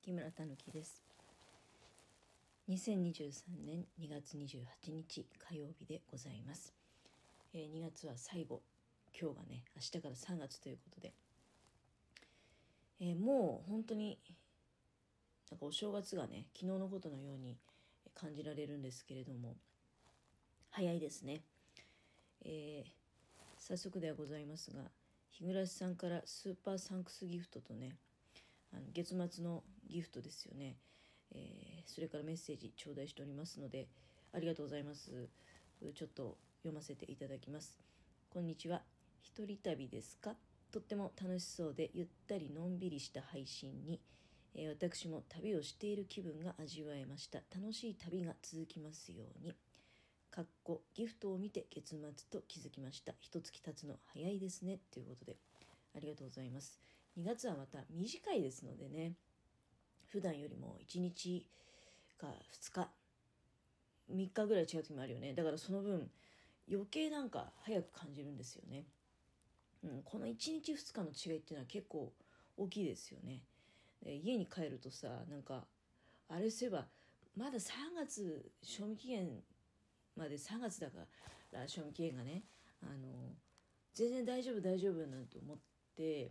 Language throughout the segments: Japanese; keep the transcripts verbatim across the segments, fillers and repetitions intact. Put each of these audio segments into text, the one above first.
木村たぬきです。にせんにじゅうさんねんにがつにじゅうはちにち火曜日でございます。えー、にがつは最後、今日がね明日からさんがつということで、えー、もう本当になんかお正月がね昨日のことのように感じられるんですけれども、早いですね。えー、早速ではございますが、日暮さんからスーパーサンクスギフトとね、あの月末のギフトですよね、えー、それからメッセージ頂戴しておりますので、ありがとうございます。ちょっと読ませていただきます。こんにちは。一人旅ですか？とっても楽しそうでゆったりのんびりした配信に、えー、私も旅をしている気分が味わえました。楽しい旅が続きますように。かっこギフトを見て月末と気づきました。一月経つの早いですね、ということでありがとうございます。にがつはまた短いですのでね、普段よりもいちにちかふつかみっかぐらい違う時もあるよね。だからその分余計なんか早く感じるんですよね、うん、このいちにちふつかの違いっていうのは結構大きいですよね。で家に帰るとさ、なんかあれすればまださんがつ賞味期限までさんがつだから賞味期限がね、あの全然大丈夫大丈夫なんて思って、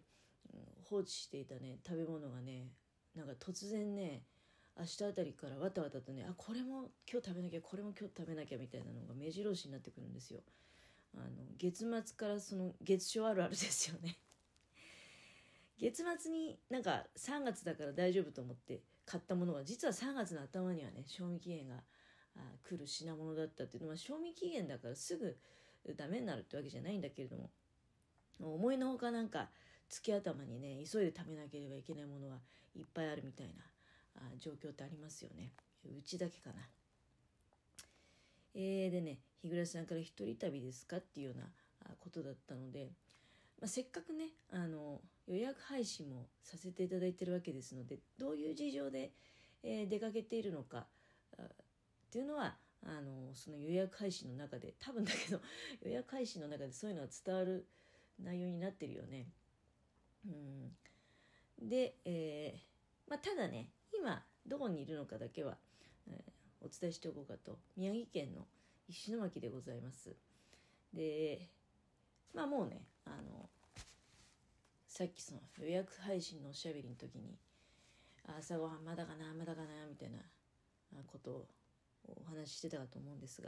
うん、放置していたね食べ物がね、なんか突然ね明日あたりからわたわたとね、あこれも今日食べなきゃこれも今日食べなきゃみたいなのが目白押しになってくるんですよ。あの月末からその月賞あるあるですよね。月末になんかさんがつだから大丈夫と思って買ったものが、実はさんがつの頭にはね賞味期限があ来る品物だったっていうのは、賞味期限だからすぐダメになるってわけじゃないんだけれども、思いのほかなんか月頭にね急いで食べなければいけないものがいっぱいあるみたいなあ状況ってありますよね。うちだけかな。えー、でね、日暮さんから一人旅ですかっていうようなことだったので、まあ、せっかくねあの予約配信もさせていただいているわけですので、どういう事情で、えー、出かけているのかっていうのはあのその予約配信の中で多分だけど予約配信の中でそういうのが伝わる内容になってるよね。うん、で、えーまあ、ただね今どこにいるのかだけは、えー、お伝えしておこうかと。宮城県の石巻でございます。でまあもうねあのさっきその予約配信のおしゃべりの時に、朝ごはんまだかなまだかなみたいなことをお話ししてたかと思うんですが、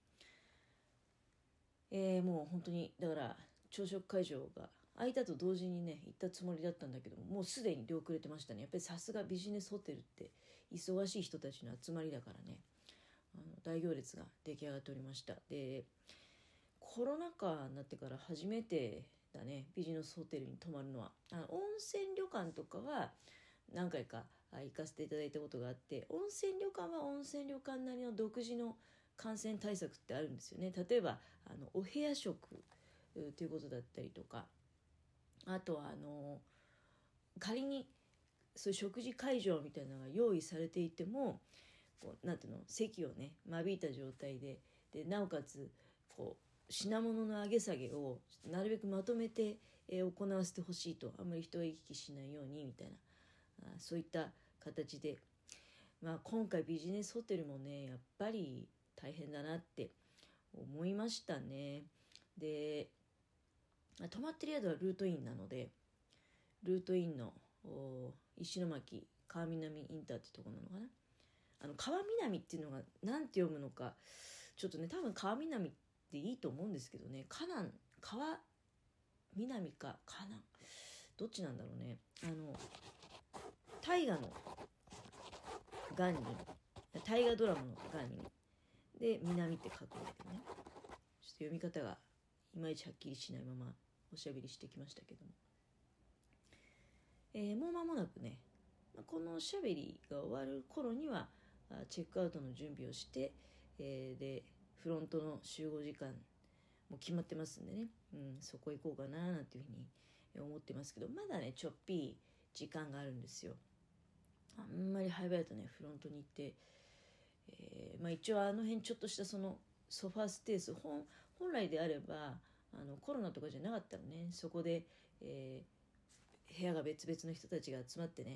えー、もう本当にだから朝食会場が空いたと同時にね行ったつもりだったんだけども、もうすでに出遅れてましたね。やっぱりさすがビジネスホテルって忙しい人たちの集まりだからね、あの大行列が出来上がっておりました。でコロナ禍になってから初めてだね、ビジネスホテルに泊まるのは。あの温泉旅館とかは何回か行かせていただいたことがあって、温泉旅館は温泉旅館なりの独自の感染対策ってあるんですよね。例えばあのお部屋食ということだったりとか、あとはあの仮にそういう食事会場みたいなのが用意されていても、こうなんていうの席をね間引いた状態で、でなおかつこう品物の上げ下げをなるべくまとめて、えー、行わせてほしいと、あんまり人が行き来しないようにみたいな、あそういった形で、まあ、今回ビジネスホテルもねやっぱり大変だなって思いましたね。で泊まってる宿はルートインなので、ルートインの石巻川南インターってとこなのかな。あの川南っていうのがなんて読むのかちょっとね、多分川南っていいと思うんですけどね、カナン川南かカナンどっちなんだろうね。あの大河のガンに大河ドラマのガンにで南って書くんだけどね、ちょっと読み方がいまいちはっきりしないままおしゃべりしてきましたけども、えー、もう間もなくねこのおしゃべりが終わる頃にはチェックアウトの準備をして、えー、でフロントの集合時間も決まってますんでね、うん、そこ行こうかななんていうふうに思ってますけど、まだねちょっぴり時間があるんですよ。あんまり早々とねフロントに行って、えーまあ、一応あの辺ちょっとしたそのソファースペース、本本来であればあのコロナとかじゃなかったらねそこで、えー、部屋が別々の人たちが集まってね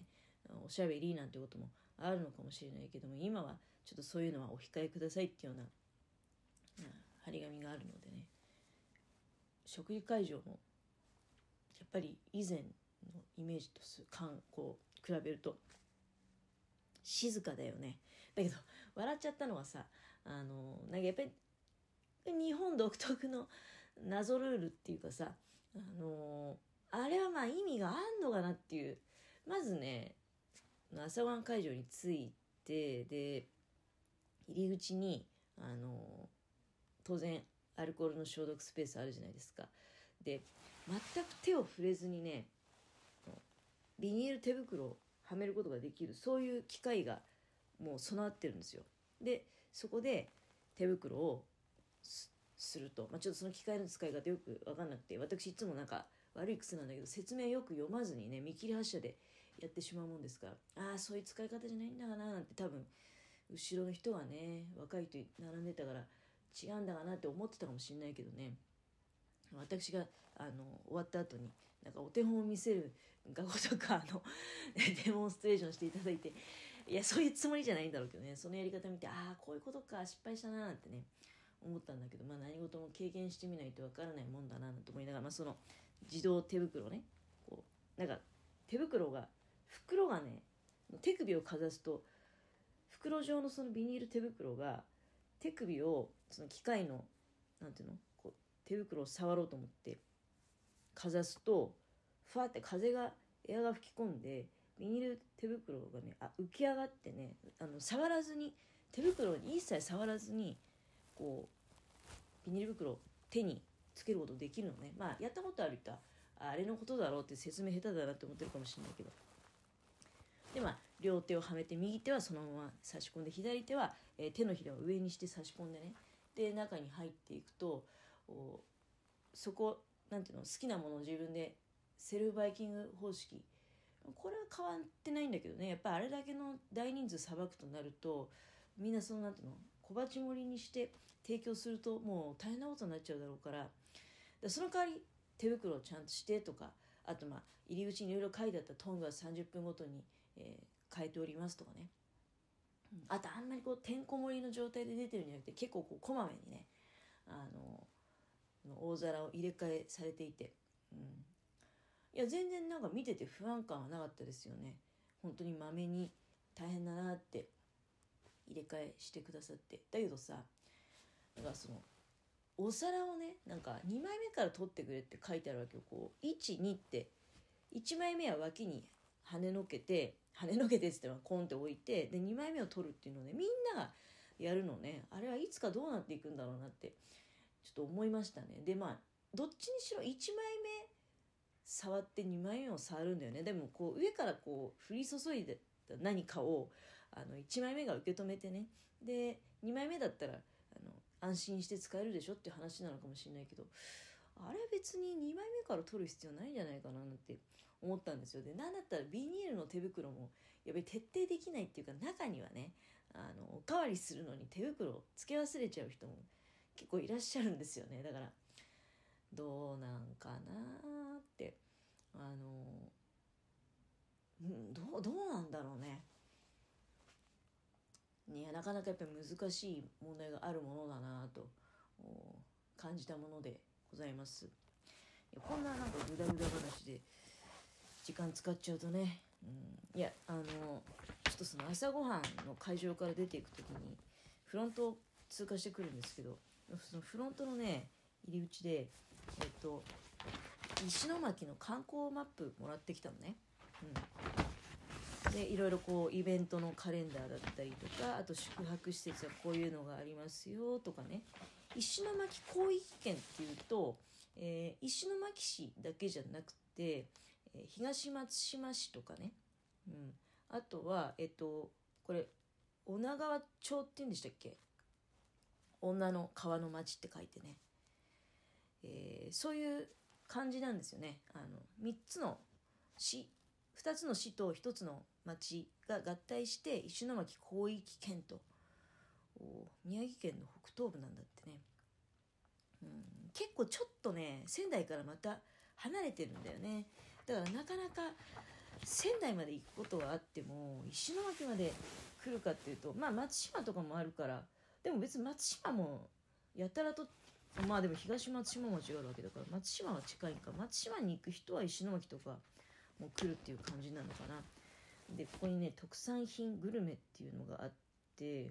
おしゃべりなんてこともあるのかもしれないけども、今はちょっとそういうのはお控えくださいっていうような、うん、張り紙があるのでね、食事会場もやっぱり以前のイメージとす観こう比べると静かだよね。だけど笑っちゃったのはさ、あのなんかやっぱり日本独特の謎ルールっていうかさ、あのあれはまあ意味があんのかなっていう。まずね、朝ごはん会場に着いて、で入り口にあの当然アルコールの消毒スペースあるじゃないですか。で全く手を触れずにね、ビニール手袋をはめることができる、そういう機械がもう備わってるんですよ。でそこで手袋を す, すると、まあ、ちょっとその機械の使い方よく分かんなくて、私いつもなんか悪い癖なんだけど、説明よく読まずにね、見切り発車でやってしまうもんですから、ああそういう使い方じゃないんだかななんて、多分後ろの人がね、若い人並んでたから違うんだかなって思ってたかもしれないけどね、私があの終わった後になんかお手本を見せる画とかあのデモンストレーションしていただいて、いやそういうつもりじゃないんだろうけどね、そのやり方見て、ああこういうことか、失敗したななんてね思ったんだけど、まあ何事も経験してみないとわからないもんだなと思いながら、まあ、その自動手袋ね、こうなんか手袋が袋がね、手首をかざすと袋状のそのビニール手袋が手首をその機械のなんていうのこう手袋を触ろうと思ってかざすと、ふわって風がエアが吹き込んでビニール手袋がね、あ浮き上がってね、あの触らずに、手袋に一切触らずにこうビニール袋を手につけることできるのね。まあやったことある人はあれのことだろうって説明下手だなって思ってるかもしれないけど、でまあ両手をはめて、右手はそのまま差し込んで、左手は、えー、手のひらを上にして差し込んでね、で中に入っていくと、そこなんていうの、好きなものを自分でセルフバイキング方式、これは変わってないんだけどね、やっぱりあれだけの大人数さばくとなると、みんなそのなんていうの小鉢盛りにして提供するともう大変なことになっちゃうだろうから、だからその代わり手袋をちゃんとしてとか、あとまあ入り口にいろいろ書いてあったトングはさんじゅっぷんごとに、えー、変えておりますとかね、あとあんまりこうてんこ盛りの状態で出てるんじゃなくて、結構こうこまめにね、あの大皿を入れ替えされていて、うん、いや全然なんか見てて不安感はなかったですよね。本当にまめに大変だなって入れ替えしてくださって。だけどさ、なんかそのお皿をね、なんかにまいめから取ってくれって書いてあるわけよ。こういち、にっていちまいめは脇に跳ねのけて跳ねのけてって言ってコンって置いて、でにまいめを取るっていうのをね、みんながやるのね。あれはいつかどうなっていくんだろうなってちょっと思いましたね。でまあどっちにしろいちまいめ触ってにまいめを触るんだよね。でもこう上からこう降り注いでた何かをあのいちまいめが受け止めてね、でにまいめだったらあの安心して使えるでしょっていう話なのかもしれないけど、あれ別ににまいめから取る必要ないんじゃないかななんて思ったんですよ。でなんだったらビニールの手袋もやっぱり徹底できないっていうか、中にはね、あのおかわりするのに手袋をつけ忘れちゃう人も結構いらっしゃるんですよね。だからどうなんかなって、あの、うん、どうどうなんだろうね。いやなかなかやっぱり難しい問題があるものだなと感じたものでございます。いやこんななんかグダグダ話で時間使っちゃうとね、うん、いやあのちょっとその朝ごはんの会場から出ていくときにフロントを通過してくるんですけど、そのフロントのね入り口でえっと石巻の観光マップもらってきたのね、うん、でいろいろこうイベントのカレンダーだったりとか、あと宿泊施設はこういうのがありますよとかね。石巻広域圏っていうと、えー、石巻市だけじゃなくて、えー、東松島市とかね、うん、あとはえっとこれ女川町っていうんでしたっけ、女の川の町って書いてね、えー、そういう感じなんですよね。あのみっつの市、ふたつの市とひとつの町が合体して石巻広域圏と、宮城県の北東部なんだってね、うん、結構ちょっとね仙台からまた離れてるんだよね。だからなかなか仙台まで行くことはあっても石巻まで来るかっていうと、まあ松島とかもあるから、でも別に松島もやたらと、まあでも東松島も違うわけだから松島は近いか、松島に行く人は石巻とかもう来るっていう感じなのかな。でここにね特産品グルメっていうのがあって、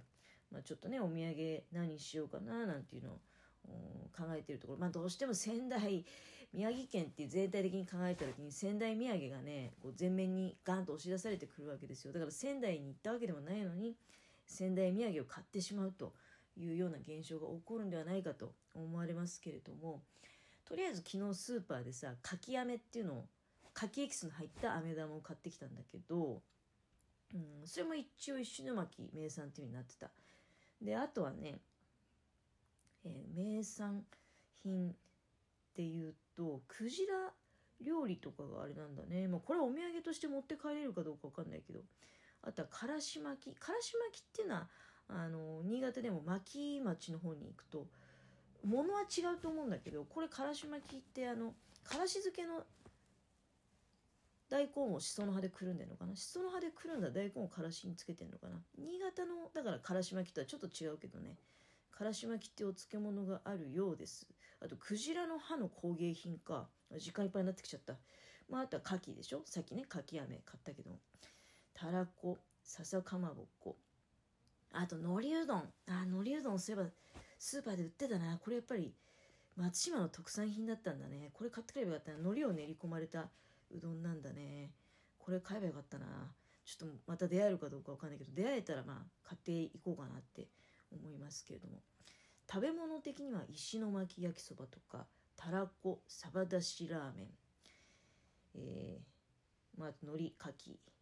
まあ、ちょっとねお土産何しようかななんていうのを考えてるところ、まあどうしても仙台宮城県っていう全体的に考えた時に仙台土産がねこう前面にガンと押し出されてくるわけですよ。だから仙台に行ったわけでもないのに仙台土産を買ってしまうというような現象が起こるんではないかと思われますけれども、とりあえず昨日スーパーでさ柿飴っていうのを柿エキスの入った飴玉を買ってきたんだけど、うん、それも一応石巻名産っていう風になってた。であとはね、えー、名産品っていうとクジラ料理とかがあれなんだね。まあ、これはお土産として持って帰れるかどうかわかんないけど、あとはからし巻きからし巻きっていうのはあの新潟でも巻き町の方に行くとものは違うと思うんだけど、これからし巻きってあのからし漬けの大根をしその葉でくるんでるのかな、しその葉でくるんだ大根をからしにつけてるのかな。新潟のだからからし巻きとはちょっと違うけどね、からし巻きってお漬物があるようです。あとクジラの葉の工芸品か、時間いっぱいになってきちゃった。まああとは牡蠣でしょ、さっきね牡蠣飴買ったけど、たらこ、笹かまぼこ、あと海苔うどん、あ海苔うどんそういえばスーパーで売ってたな。これやっぱり松島の特産品だったんだね。これ買ってくればよかったな。海苔を練り込まれたうどんなんだね。これ買えばよかったな。ちょっとまた出会えるかどうかわかんないけど、出会えたらまあ買っていこうかなって思いますけれども、食べ物的には石巻焼きそばとかたらこ、サバだしラーメン、えー、まあ海苔、牡蠣、